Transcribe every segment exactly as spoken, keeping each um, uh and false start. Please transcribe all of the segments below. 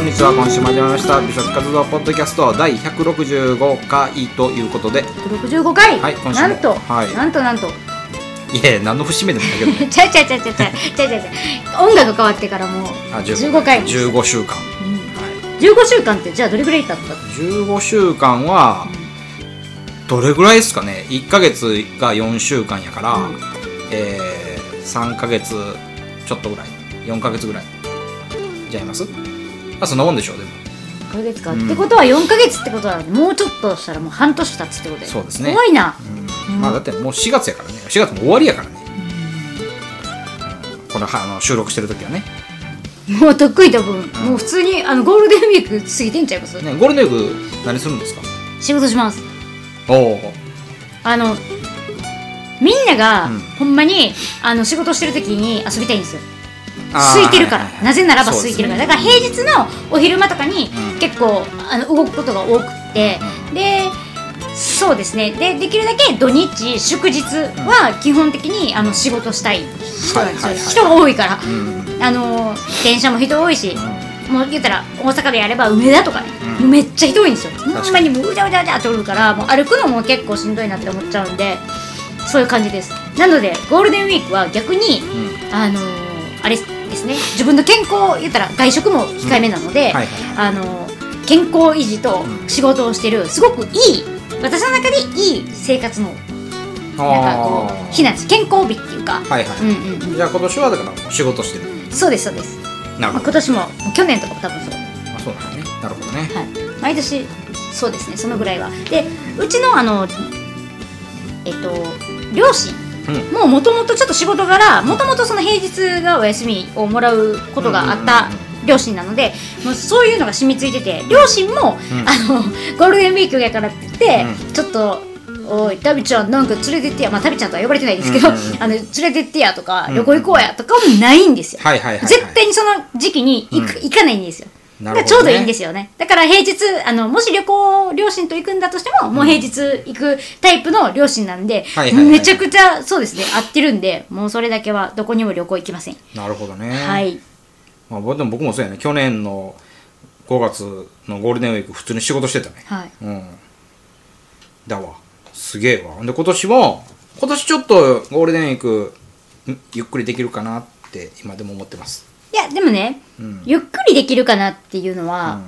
にちは。今週も始まりました美食活動ポッドキャストだいひゃくろくじゅうごかいということで、 ひゃくろくじゅうごかい、 はい、今週もなんと、 はい、 なんとなんといや何の節目でもないけど、ね、 ちゃいちゃいちゃいちゃいちゃいちゃいちゃい音楽変わってからもうじゅうごかいじゅうごしゅうかん、 うんはい、じゅうごしゅうかんってじゃあどれぐらい経った？ じゅうごしゅうかんはどれぐらいですかね。いっかげつがよんしゅうかんやから、うんえー、さんかげつちょっとぐらい、よんかげつぐらいじゃいます？あ、そんなもんでしょう。でもいっかげつか、うん、ってことはよんかげつってことはもうちょっとしたらもう半年経つってことで、 そうですね。 怖いな、 うんうん、まあだってもうしがつやからね。しがつも終わりやからね、うん、このあの収録してる時はね。 もうとっくいと分、うん、もう普通にあのゴールデンウィーク過ぎてんちゃいます、 ね、ゴールデンウィーク何するんですか？ 仕事します。 おお。 あのみんなが、うん、ほんまにあの仕事してる時に遊びたいんですよ。空いてるから、はいはいはい、なぜならば空いてるから、ね、だから平日のお昼間とかに結構、うん、あの動くことが多くて、うん、でそうですね。でできるだけ土日祝日は基本的にあの仕事したい人なんですよ、はいはいはい、人が多いから、うん、あの電車も人多いし、うん、もう言ったら大阪でやれば梅田とかね、うん、めっちゃ人多いんですよ。ほんまにもううじゃうじゃうじゃっておるから、もう歩くのも結構しんどいなって思っちゃうんで、そういう感じです。なのでゴールデンウィークは逆に、うん、あのあれですね、自分の健康言ったら外食も控えめなので、うんはいはい、あの健康維持と仕事をしてるすごくいい、私の中でいい生活のなんかこう日なんです。健康日っていうか、 はいはいうんうんうん、じゃあ今年はだから仕事してる。 そうですそうです。なるほど、まあ、今年も去年とかも多分そう。 あ、そうなんですね。なるほどね、 はい、毎年そうですね。そのぐらいはで、うちのあのえっと両親もうもともとちょっと仕事柄もともとその平日がお休みをもらうことがあった両親なので、もうそういうのが染みついてて、両親も、うん、あのゴールデンウィークやからって言って、うん、ちょっとおいタビちゃんなんか連れてってや、まあタビちゃんとは呼ばれてないですけど、うんうんうん、あの連れてってやとか、うん、旅行行こうやとかもないんですよ、はいはいはいはい、絶対にその時期に行く、うん、行かないんですよ。だからちょうどいいんですよね。だから平日あのもし旅行両親と行くんだとしても、うん、もう平日行くタイプの両親なんで、はいはいはい、めちゃくちゃそうですね合ってるんで、もうそれだけはどこにも旅行行きません。 なるほどね。 はい。 まあ、でも僕もそうやね。去年のごがつのゴールデンウィーク普通に仕事してたね。 はい。 うん。だわ。すげえわ。で今年も今年ちょっとゴールデンウィークゆっくりできるかなって今でも思ってます。 いやでもね、うん、ゆっくりできるかなっていうのは、うん、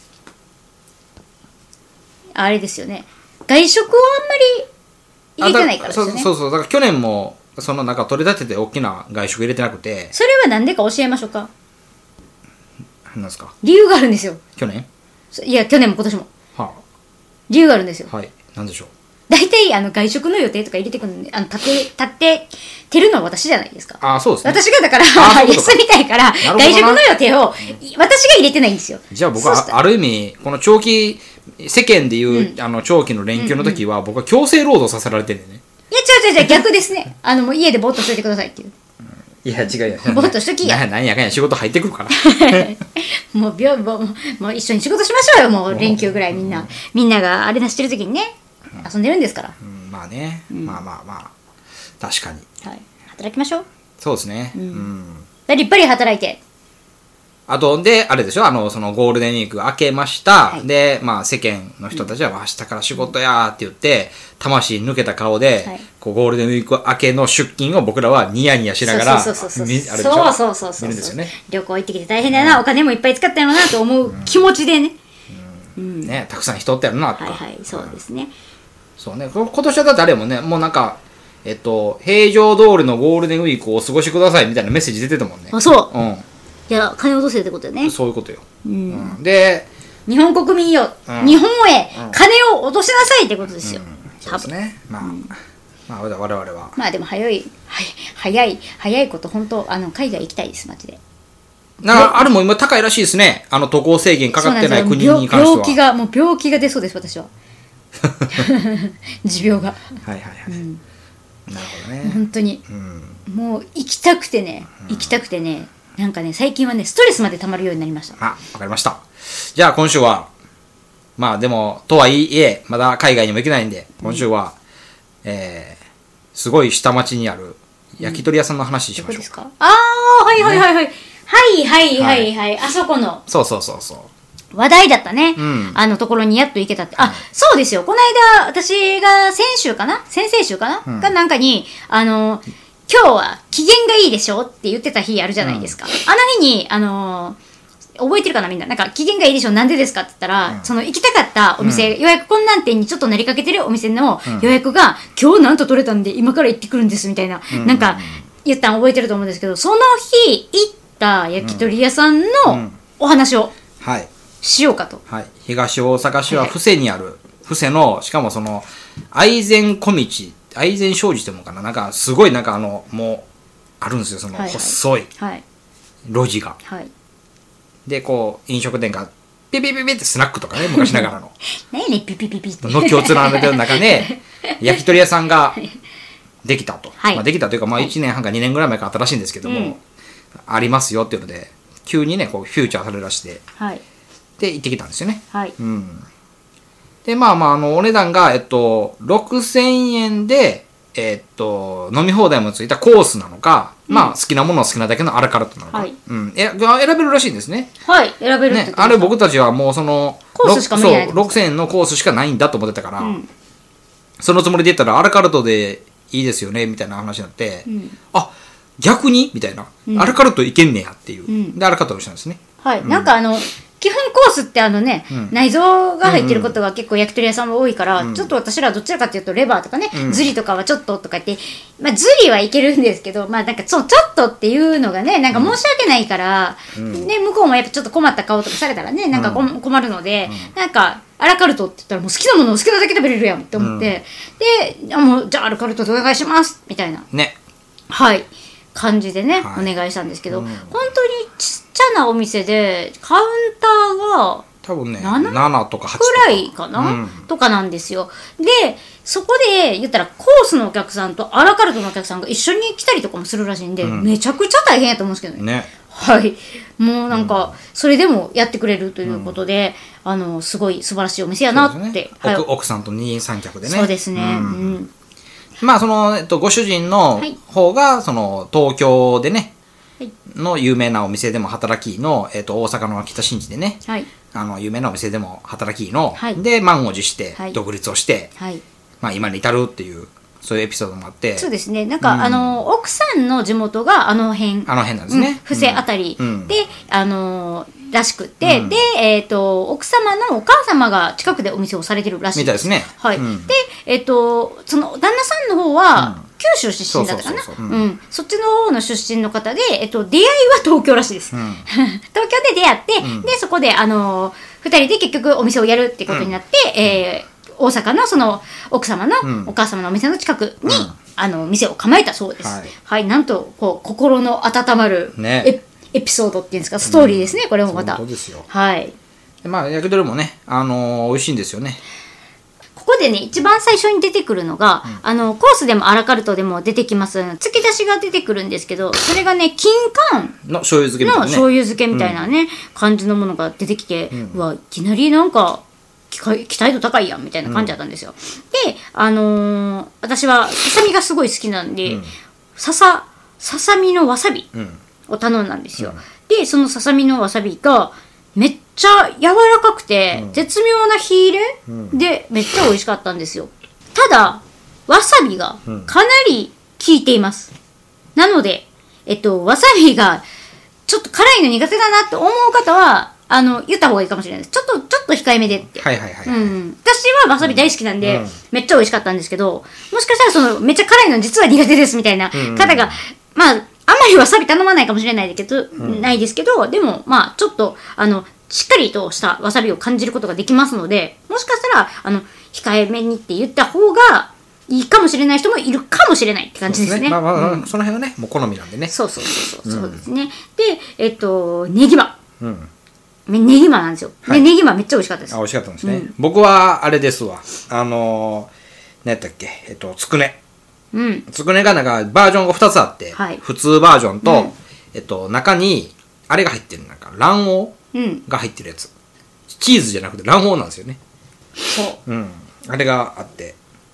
あれですよね。外食をあんまり入れてないからですよね。 そうそうそう。だから去年もそのなんか取り立てて大きな外食入れてなくて。 それはなんでか教えましょうか。 なんですか。 理由があるんですよ。 去年？ いや去年も今年も。はあ、理由があるんですよ。 はい。なんでしょう。 大体あの外食の予定とか入れてくるんで、あの立て立っててるのは私じゃないですか。 あ、そうですね。 私がだから休みたいから外食の予定を私が入れてないんですよ。 じゃあ僕はある意味この長期世間でいう、うん、あの長期の連休の時は、うんうん、僕は強制労働させられてるんでね。 いや違う違う違う逆ですね。あのもう家でぼーっとしといてくださいっていう。 いや違うよ。 ぼーっとしときや。 なんやかんや仕事入ってくるから。 もう病もうもう一緒に仕事しましょうよ。もう連休ぐらいみんなみんながあれなしてる時にね、遊んでるんですから。 うんまあね、うん、まあまあまあ確かに、 はい、働きましょう。 そうですね、うん、うん、 立派に働いて、 あとであれでしょ、あのそのゴールデンウィーク明けました、はい、でまあ世間の人たちは、うん、明日から仕事やーって言って魂抜けた顔で、はい、こうゴールデンウィーク明けの出勤を僕らはニヤニヤしながらそうそうそうそうそうそうそうそうそう、ね、旅行行ってきて大変だな、うん、お金もいっぱい使ったよなと思う気持ちでね、 うんうん、ね、たくさん人ってやるなとか、 はいはいそうですね、 そうね、今年はだってあれもね、もうなんか、えっと、平常通りのゴールデンウィークをお過ごしくださいみたいなメッセージ出てたもんね。 あ、そう。 うん。 いや、金落とせってことよね。 そういうことよ。 うん。 うん、で、 日本国民よ、うん、日本へ金を落としなさいってことですよ。うん、 そうですね。まあ、うん、まあ、我々は。 まあでも早い、早い、早いこと、本当あの、海外行きたいです、マジで。 なあるも今高いらしいですね。あの渡航制限かかってない国に関しては。 病気が、もう病気が出そうです、私は。持病がはいはいはい、うん、なるほどね。 本当に、うん、もう行きたくてね、うん、行きたくてね、なんかね最近はねストレスまで溜まるようになりました。 あ、わかりました。じゃあ今週はまあでもとはいえまだ海外にも行けないんで、今週は、うん、えー、すごい下町にある焼き鳥屋さんの話しましょうか。 うん、どこですか？ああはいはいはいはい、ね、 はいはいはいはい、はい、あそこのそうそうそうそう話題だったね、 うん、 あのところにやっと行けたって、あ、 はい、 そうですよ、この間私が先週かな先々週かな、うん、かなんかにあの今日は機嫌がいいでしょって言ってた日あるじゃないですか、うん、あの日にあの覚えてるかなみんな、なんか機嫌がいいでしょなんでですかって言ったら、うん、その行きたかったお店、うん、予約困難点にちょっとなりかけてるお店の予約が、うん、今日なんと取れたんで今から行ってくるんですみたいな、うん、なんか言ったん覚えてると思うんですけど、その日行った焼き鳥屋さんのお話を、うん、はいしようかと、 はい、東大阪市は布施にある、布施のしかもその愛染小道愛染商事ってもかな、なんかすごいなんかあのもうあるんですよ、その細い路地が、はいはい、でこう飲食店がピピピピってスナックとかね昔ながらの何やねんピピピピって軒を連ねてる中で焼き鳥屋さんができたと、はい、まあ、できたというか、まあ、いちねんはんかにねんぐらい前から新しいんですけども、うん、ありますよっていうので急にねこうフューチャーされらして、はい、で行ってきたんですよね、はい、うん、でまあまああのお値段が、えっと、ろくせんえんで、えっと、飲み放題もついたコースなのか、うん、まあ好きなものを好きなだけのアラカルトなのか、はい、うん、え選べるらしいんですね。 はい選べるって、 ね、あれ僕たちはもうそのコースしか無理ない、 そうろくせんえんのコースしかないんだと思ってたから、うん、そのつもりで言ったらアラカルトでいいですよねみたいな話になって、うん、あ逆にみたいな、うん、アラカルトいけんねやっていう、うん、でアラカルトをしたんですね。 はい、うん、なんかあの基本コースってあのね、うん、内臓が入ってることが結構焼き鳥屋さんは多いから、うん、ちょっと私らどちらかっていうとレバーとかね、うん、ズリとかはちょっととか言って、まあ、ズリはいけるんですけど、まあなんかそうちょっとっていうのがねなんか申し訳ないから、うん、ね、向こうもやっぱちょっと困った顔とかされたらねなんかこ、うん、困るので、うん、なんかアラカルトって言ったらもう好きなものを好きなだけ食べれるやんって思って、うん、であもうじゃあアラカルトでお願いしますみたいなねはい感じでね、はい、お願いしたんですけど、うん、本当にちっちゃなお店でカウンターが多分ねななとかはちとかくらいかな、うん、とかなんですよ。でそこで言ったらコースのお客さんとアラカルトのお客さんが一緒に来たりとかもするらしいんで、うん、めちゃくちゃ大変やと思うんですけど ね, ねはいもうなんかそれでもやってくれるということで、うん、あのすごい素晴らしいお店やなって、ねはい、奥, 奥さんと二人三脚でねそうですね、 うんうん、 まあその、えっと、ご主人の方が、はい、その東京でね、はい、の有名なお店でも働きの、えっと、大阪の北新地でね、はい、あの有名なお店でも働きの、はい、で満を持して独立をして、はい、まあ、今に至るっていうそういうエピソードもあって、 そうですねなんか、うん、あの奥さんの地元があの辺あの辺なんですね、 うん、布施あたり、うん、であのらしくて、うん、で、えーと、奥様のお母様が近くでお店をされてるらしいです。 みたいですね。 はい。うん、で、えーと、その旦那さんの方は、うん、九州出身だったかな。そっちの方の出身の方で、えーと、出会いは東京らしいです。うん、東京で出会って、うん、でそこであのふたりで結局お店をやるってことになって、うん、えー、大阪のその奥様の、うん、お母様のお店の近くに、うん、あの店を構えたそうです。はい。はい、なんとこう心の温まる、ね、エピソードっていうんですかストーリーですね、うん、これもまた。 そうですよ。 はい。 まあ焼き鳥もね、あのー、美味しいんですよね。 ここでね一番最初に出てくるのが、うん、あのコースでもアラカルトでも出てきます突き出しが出てくるんですけど、それがね金柑の醤油漬けみたいな、ね、 の醤油漬けみたいなね、うん、感じのものが出てきて、うん、うわいきなりなんか期待度高いやんみたいな感じだったんですよ。うん、であのー、私はささみがすごい好きなんで、うん、ささささみのわさび、うんを頼んだんですよ、うん、でそのささみのわさびがめっちゃ柔らかくて、うん、絶妙な火入れ、うん、でめっちゃ美味しかったんですよ。ただわさびがかなり効いています、うん、なのでえっとわさびがちょっと辛いの苦手だなって思う方はあの言った方がいいかもしれないです。ちょっとちょっと控えめでって、はいはいはい、うん、私はわさび大好きなんで、うん、めっちゃ美味しかったんですけど、もしかしたらそのめっちゃ辛いの実は苦手ですみたいな方が、うん、まああんまりわさび頼まないかもしれないけど、うん、ないですけど、でもまあちょっとあのしっかりとしたわさびを感じることができますので、もしかしたらあの控えめにって言った方がいいかもしれない人もいるかもしれないって感じですね。 そうですね。まあまあ、うん、その辺はねもう好みなんでね。 そうそうそうそう、うん、そうですね。でえっとネギマ、うん、ネギマなんですよ。はい、でネギマめっちゃ美味しかったです。 あ美味しかったんですね。うん、僕はあれですわ。あの何やったっけえっとつくね。うん、つくねがなんかバージョンがふたつあって、はい、普通バージョンと、うん、えっと、中にあれが入ってるなんか卵黄が入ってるやつ、うん、チーズじゃなくて卵黄なんですよね。そう、うん、あれがあって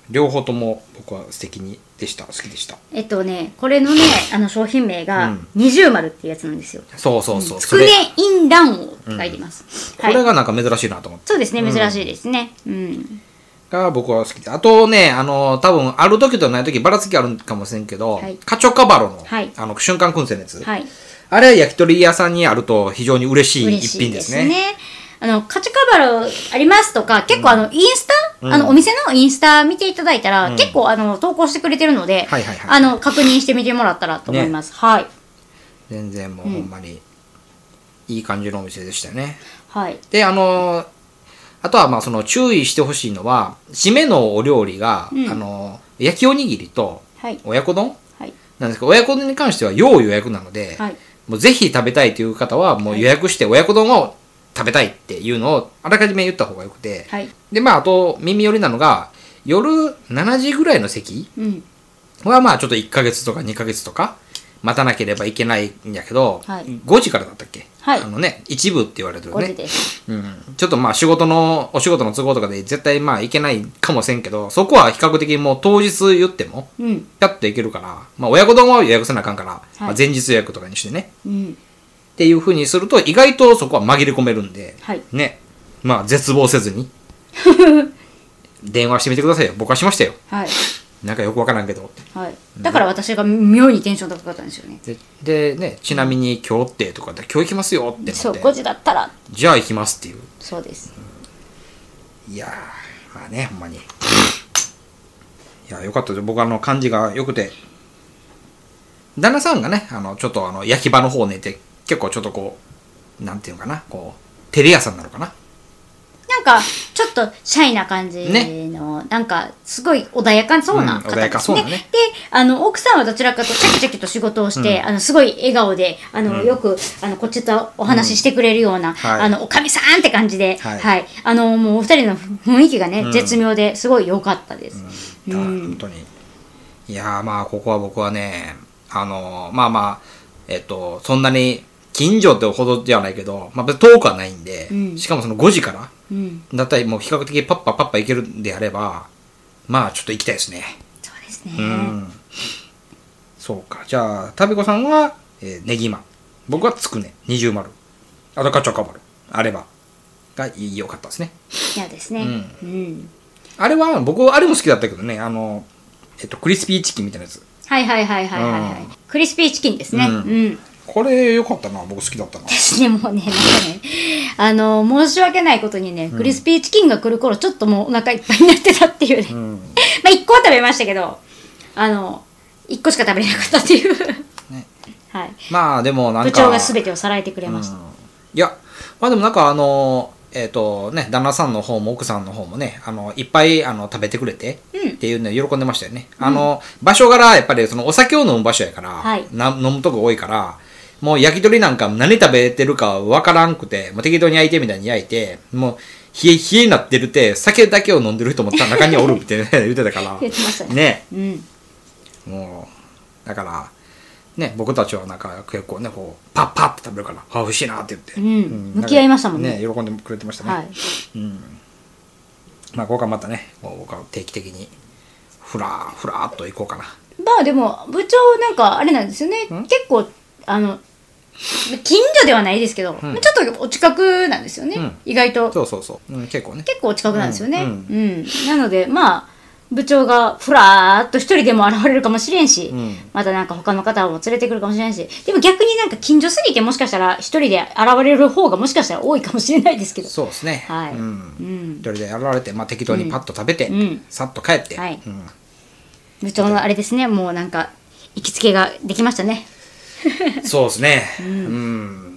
両方とも僕は素敵にでした好きでした。 えっとねこれのねあの商品名が二重丸っていうやつなんですよ。 そうそうそう、 つくねイン卵黄って書いてます、 うんはい、これがなんか珍しいなと思って。 そうですね珍しいですね、うん、うんが僕は好きで、あとね、あの多分ある時とない時ばらつきあるかもしれんけど、はい、カチョカバロの、はい、あの瞬間燻製のやつ、はい、あれは焼き鳥屋さんにあると非常に嬉しい一品ですね。 嬉しいですね。あのカチョカバロありますとか結構あのインスタ、うん、あのお店のインスタ見ていただいたら、うん、結構あの投稿してくれてるので、はいはいはい、あの確認してみてもらったらと思います、ね、はい。 全然もうほんまにいい感じのお店でしたね、 うん、はい。 であのあとはまあその注意してほしいのは締めのお料理が、うん、あの焼きおにぎりと親子丼、はい、なんですけど親子丼に関しては要予約なので、はい、もうぜひ食べたいという方はもう予約して親子丼を食べたいっていうのをあらかじめ言った方がよくて、はい、でまああと耳寄りなのが夜しちじぐらいの席はまあちょっといっかげつとかにかげつとか待たなければいけないんやけど、はい、ごじからだったっけ、はい、あのね一部って言われてるね。 ごじです、 うん、ちょっとまあ仕事のお仕事の都合とかで絶対まあいけないかもしれんけど、そこは比較的もう当日言ってもピャッといけるから、まあ親子丼は予約せなあかんから、はい、まあ、前日予約とかにしてね、うん、っていう風にすると意外とそこは紛れ込めるんで、はい、ね、まあ絶望せずに電話してみてくださいよ。僕はしましたよ。はい。なんかよくわからんけど、 はい、だから私が妙にテンション高かったんですよね。 で, でねちなみに今日ってとかで今日行きますよってなって、 そうごじだったらじゃあ行きますっていう。 そうです、 うん、いやーまあねほんまにいやよかったです。僕あの感じがよくて、旦那さんがねあのちょっとあの焼き場の方ねって結構ちょっとこうなんていうのかな、こうテレ屋さんなのかな、 なんかちょっとシャイな感じの、ね、なんかすごい穏やかそうな方ですね。うん、ねであの奥さんはどちらかとチャキチャキと仕事をして、うん、あのすごい笑顔であの、うん、よくあのこっちとお話ししてくれるような、うんはい、あのおかみさんって感じで、はいはい、あのもうお二人の雰囲気がね、うん、絶妙ですごい良かったです。 うんうん、本当にいやまあここは僕はねあのまあまあえっとそんなに近所ってほどではないけど、まあ、遠くはないんで、うん、しかもそのごじから、うん、だったらもう比較的パッパパッパ行けるんであればまあちょっと行きたいですね。 そうですね、 うん、そうか。じゃあタビコさんは、えー、ネギマン、僕はつくね二重丸、あとカチョカバルあればが良かったですね。 いやですね、うんうん、 あれは僕あれも好きだったけどね、あの、えっと、クリスピーチキンみたいなやつ。 はいはいはいはいはい、はい、うん、クリスピーチキンですね。うん、うんこれ良かったな、僕好きだったな。 私ね、もうね、なんかね、あの、申し訳ないことにね、うん、クリスピーチキンが来る頃、ちょっともうお腹いっぱいになってたっていうね。うん、まあ、いっこは食べましたけど、あの、いっこしか食べれなかったっていう。ね、はい。 まあ、でもなんか。 部長が全てをさらえてくれました。うん、 いや、まあでもなんかあの、えっとね、旦那さんの方も奥さんの方もね、あの、いっぱいあの食べてくれて、うん、っていうので喜んでましたよね。あの、うん、場所柄、やっぱりそのお酒を飲む場所やから、はい、な飲むとこ多いから、もう焼き鳥なんか何食べてるかわからんくて、もう適当に焼いてみたいに焼いて、もう冷え冷えになってるって、酒だけを飲んでる人も中におるって、ね、言ってたから。 言ってましたね。 ね、うん。もう、だから、ね、僕たちはなんか結構ね、こう、パッパッって食べるから、あ、美味しいなって言って。 うん。うん、向き合いましたもんね。 ね、喜んでくれてましたね。はい。うん。まあ、ここからまたね、僕は定期的に、ふらー、ふらーっと行こうかな。 まあでも、部長なんかあれなんですよね。結構、あの、近所ではないですけど、うん、ちょっとお近くなんですよね、うん、意外と。 そうそうそう、うん、結構ね結構お近くなんですよね、うんうんうん、なのでまあ部長がふらーっと一人でも現れるかもしれんし、うん、またなんか他の方も連れてくるかもしれんし、でも逆になんか近所すぎてもしかしたら一人で現れる方がもしかしたら多いかもしれないですけど。 そうですね、 はい、うんうん、一人で現れて、まあ、適当にパッと食べて、うん、さっと帰って、はいうん、 部長のあれですね、もうなんか行きつけができましたね。 そうですね、うん、うん、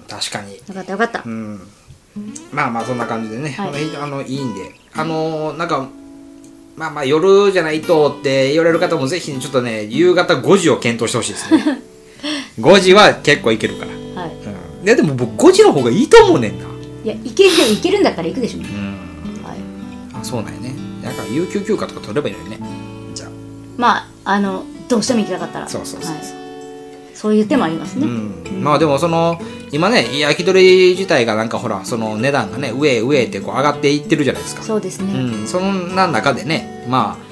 確かによかったよかった、 うん、まあまあそんな感じでね、はい、あのいいんで、あのなんかまあまあ夜じゃないとって言われる方もぜひちょっとね夕方ごじを検討してほしいですね。ごじは結構いけるから、はいうん、いやでも僕ごじの方がいいと思うねんな。 いやいけるいけるんだったら行くでしょう、うんはい、あそうなんやね。だから有給休暇とか取ればいいのにね。じゃあまああのどうしても行きたかったらそうそうそうそう、 はいそういう手もありますね、 うんうん、まあでもその今ね焼き鳥自体がなんかほらその値段がね上へ上へってこう上がっていってるじゃないですか。 そうですね、 うん、そんな中でねまあ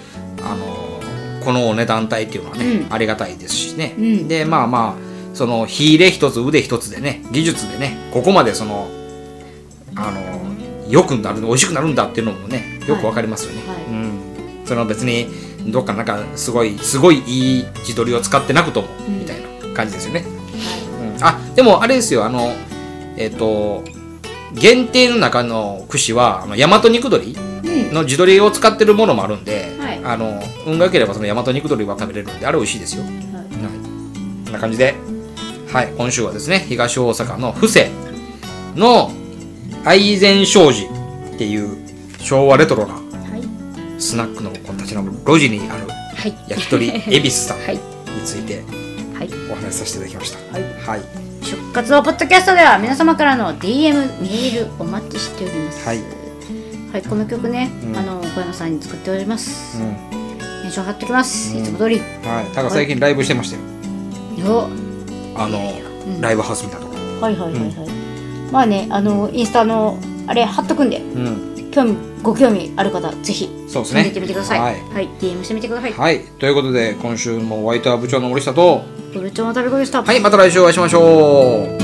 あのこのお値段帯っていうのはね、 うん、 ありがたいですしね、 うん、 でまあまあその火入れ一つ腕一つでね技術でねここまでそのあの良くなる美味しくなるんだっていうのもねよくわかりますよね、はいはい、うん、その別にどっかなんかすごいすごいいい地鶏を使ってなくとも、うん、みたいな感じですよね、はい、うん、あでもあれですよあのえっ、ー、と限定の中の串はあの大和肉鶏の地鶏を使ってるものもあるんで、はい、あの運が良ければその大和肉鶏は食べれるんであれ美味しいですよ、はいはい、こんな感じで、はい、今週はですね東大阪の布施の愛善商事っていう昭和レトロなスナックの子たちの路地にある焼き鳥恵比寿さんについてお話しさせていただきました、はいはい、 食活動ポッドキャストでは皆様からの ディーエム メールお待ちしております、はいはい、この曲ね、うん、あの小山さんに作っております、うん、テンション上がってきます、うん、いつも通り、 はい、ただ最近ライブしてましたよ、あの、うん、ライブハウスみたいなところ、 はいはいはいはい、うん、まあねあのインスタのあれ貼っとくんで、うん、興味ご興味ある方ぜひそうですね見てみてください、はいはい、ディーエム してみてください、 はい、ということで今週もお相手は部長の森下と部長の旅子でした。 はい、また来週お会いしましょう。